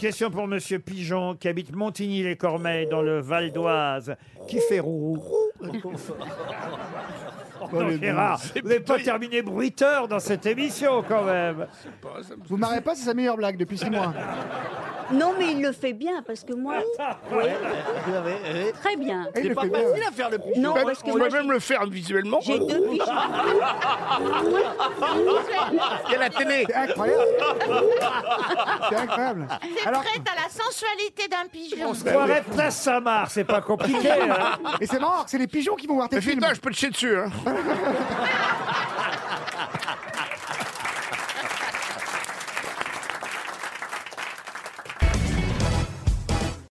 question pour Monsieur Pigeon, qui habite Montigny-les-Cormeilles, dans le Val d'Oise. Qui fait roux? Non, Gérard, vous n'avez pas terminé bruiteur dans cette émission, quand même. Vous marrez pas, c'est sa meilleure blague depuis 6 mois. Non, mais il le fait bien, parce que moi... Oui, très bien. Et il C'est le pas fait bien. facile à faire le pigeon. Non, parce que On moi, peut même le faire visuellement. j'ai 2 pigeons. Il y a la télé. C'est incroyable. C'est incroyable. C'est Alors, prête à la sensualité d'un pigeon. On se croirait Place Saint-Marc, c'est pas compliqué. Hein. et c'est marrant, c'est les pigeons qui vont voir tes films. Méfie-toi, je peux te chier dessus. Hein.